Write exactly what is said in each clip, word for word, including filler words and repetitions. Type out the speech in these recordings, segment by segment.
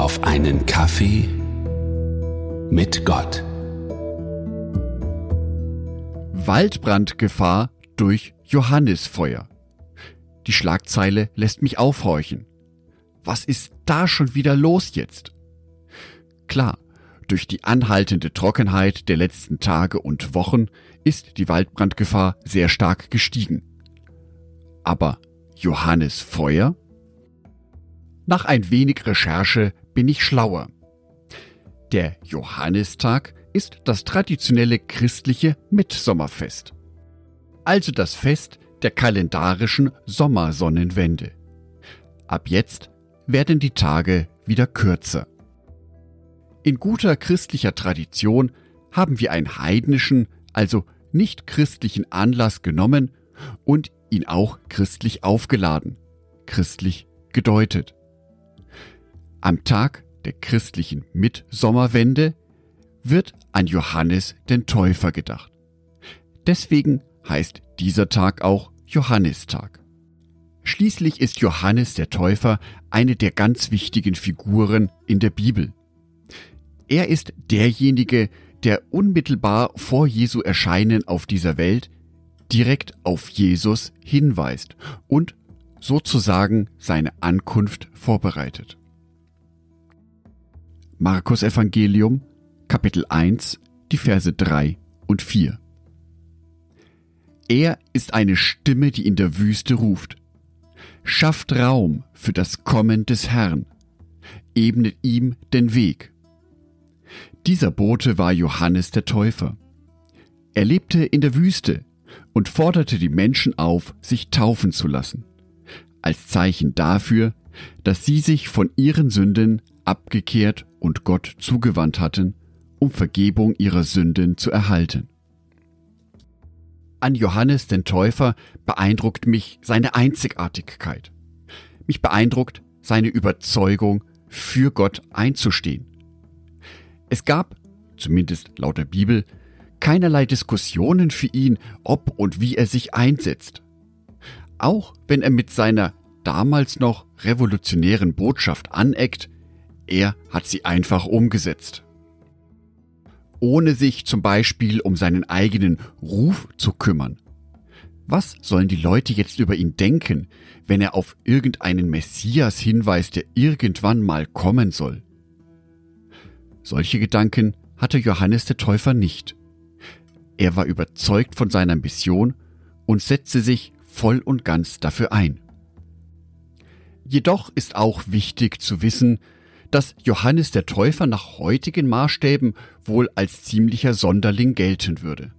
auf einen Kaffee mit Gott. Waldbrandgefahr durch Johannisfeuer. Die Schlagzeile lässt mich aufhorchen. Was ist da schon wieder los jetzt? Klar, durch die anhaltende Trockenheit der letzten Tage und Wochen ist die Waldbrandgefahr sehr stark gestiegen. Aber Johannisfeuer? Nach ein wenig Recherche bin ich schlauer. Der Johannistag ist das traditionelle christliche Mittsommerfest. Also das Fest der kalendarischen Sommersonnenwende. Ab jetzt werden die Tage wieder kürzer. In guter christlicher Tradition haben wir einen heidnischen, also nicht christlichen Anlass genommen und ihn auch christlich aufgeladen, christlich gedeutet. Am Tag der christlichen Mittsommerwende wird an Johannes den Täufer gedacht. Deswegen heißt dieser Tag auch Johannistag. Schließlich ist Johannes der Täufer eine der ganz wichtigen Figuren in der Bibel. Er ist derjenige, der unmittelbar vor Jesu Erscheinen auf dieser Welt direkt auf Jesus hinweist und sozusagen seine Ankunft vorbereitet. Markus Evangelium, Kapitel eins, die Verse drei und vier. Er ist eine Stimme, die in der Wüste ruft. Schafft Raum für das Kommen des Herrn. Ebnet ihm den Weg. Dieser Bote war Johannes der Täufer. Er lebte in der Wüste und forderte die Menschen auf, sich taufen zu lassen, als Zeichen dafür, dass sie sich von ihren Sünden abgekehrt und Gott zugewandt hatten, um Vergebung ihrer Sünden zu erhalten. An Johannes den Täufer beeindruckt mich seine Einzigartigkeit. Mich beeindruckt seine Überzeugung, für Gott einzustehen. Es gab, zumindest laut der Bibel, keinerlei Diskussionen für ihn, ob und wie er sich einsetzt. Auch wenn er mit seiner damals noch revolutionären Botschaft aneckt, er hat sie einfach umgesetzt. Ohne sich zum Beispiel um seinen eigenen Ruf zu kümmern. Was sollen die Leute jetzt über ihn denken, wenn er auf irgendeinen Messias hinweist, der irgendwann mal kommen soll? Solche Gedanken hatte Johannes der Täufer nicht. Er war überzeugt von seiner Mission und setzte sich voll und ganz dafür ein. Jedoch ist auch wichtig zu wissen, dass Johannes der Täufer nach heutigen Maßstäben wohl als ziemlicher Sonderling gelten würde.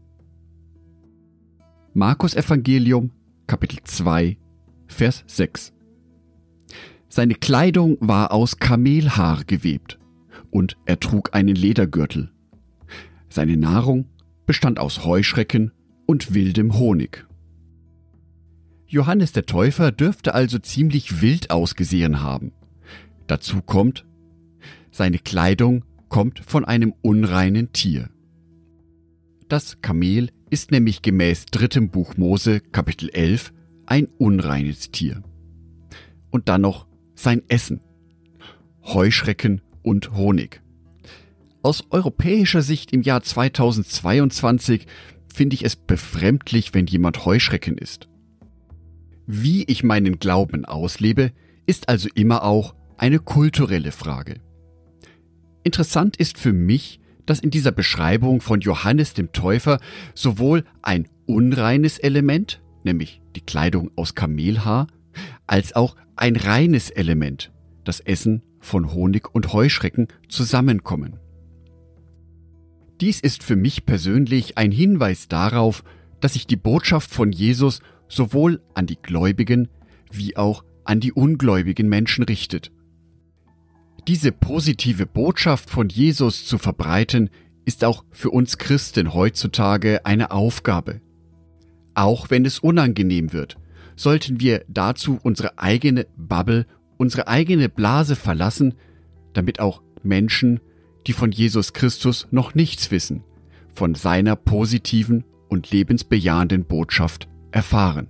Markus Evangelium, Kapitel zwei, Vers sechs. Seine Kleidung war aus Kamelhaar gewebt und er trug einen Ledergürtel. Seine Nahrung bestand aus Heuschrecken und wildem Honig. Johannes der Täufer dürfte also ziemlich wild ausgesehen haben. Dazu kommt, seine Kleidung kommt von einem unreinen Tier. Das Kamel ist nämlich gemäß drittem Buch Mose, Kapitel elf, ein unreines Tier. Und dann noch sein Essen. Heuschrecken und Honig. Aus europäischer Sicht im Jahr zweitausendzweiundzwanzig finde ich es befremdlich, wenn jemand Heuschrecken isst. Wie ich meinen Glauben auslebe, ist also immer auch eine kulturelle Frage. Interessant ist für mich, dass in dieser Beschreibung von Johannes dem Täufer sowohl ein unreines Element, nämlich die Kleidung aus Kamelhaar, als auch ein reines Element, das Essen von Honig und Heuschrecken, zusammenkommen. Dies ist für mich persönlich ein Hinweis darauf, dass sich die Botschaft von Jesus sowohl an die Gläubigen wie auch an die ungläubigen Menschen richtet. Diese positive Botschaft von Jesus zu verbreiten, ist auch für uns Christen heutzutage eine Aufgabe. Auch wenn es unangenehm wird, sollten wir dazu unsere eigene Bubble, unsere eigene Blase verlassen, damit auch Menschen, die von Jesus Christus noch nichts wissen, von seiner positiven und lebensbejahenden Botschaft erfahren.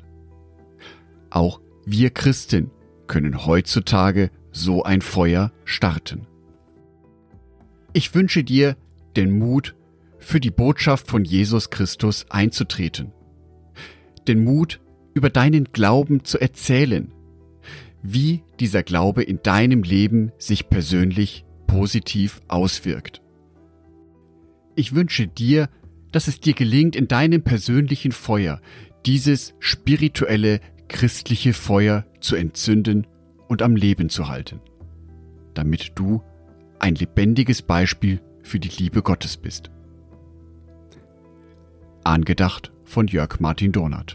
Auch wir Christen können heutzutage so ein Feuer starten. Ich wünsche dir den Mut, für die Botschaft von Jesus Christus einzutreten. Den Mut, über deinen Glauben zu erzählen, wie dieser Glaube in deinem Leben sich persönlich positiv auswirkt. Ich wünsche dir, dass es dir gelingt, in deinem persönlichen Feuer dieses spirituelle, christliche Feuer zu entzünden und am Leben zu halten, damit du ein lebendiges Beispiel für die Liebe Gottes bist. Angedacht von Jörg Martin Donath.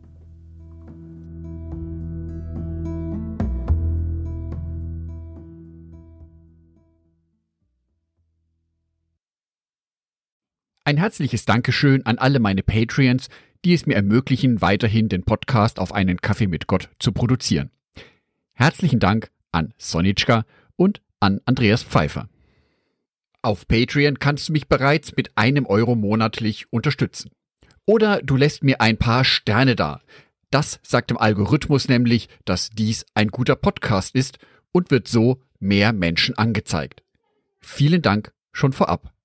Ein herzliches Dankeschön an alle meine Patreons, die es mir ermöglichen, weiterhin den Podcast auf einen Kaffee mit Gott zu produzieren. Herzlichen Dank an Sonitschka und an Andreas Pfeiffer. Auf Patreon kannst du mich bereits mit einem Euro monatlich unterstützen. Oder du lässt mir ein paar Sterne da. Das sagt dem Algorithmus nämlich, dass dies ein guter Podcast ist und wird so mehr Menschen angezeigt. Vielen Dank schon vorab.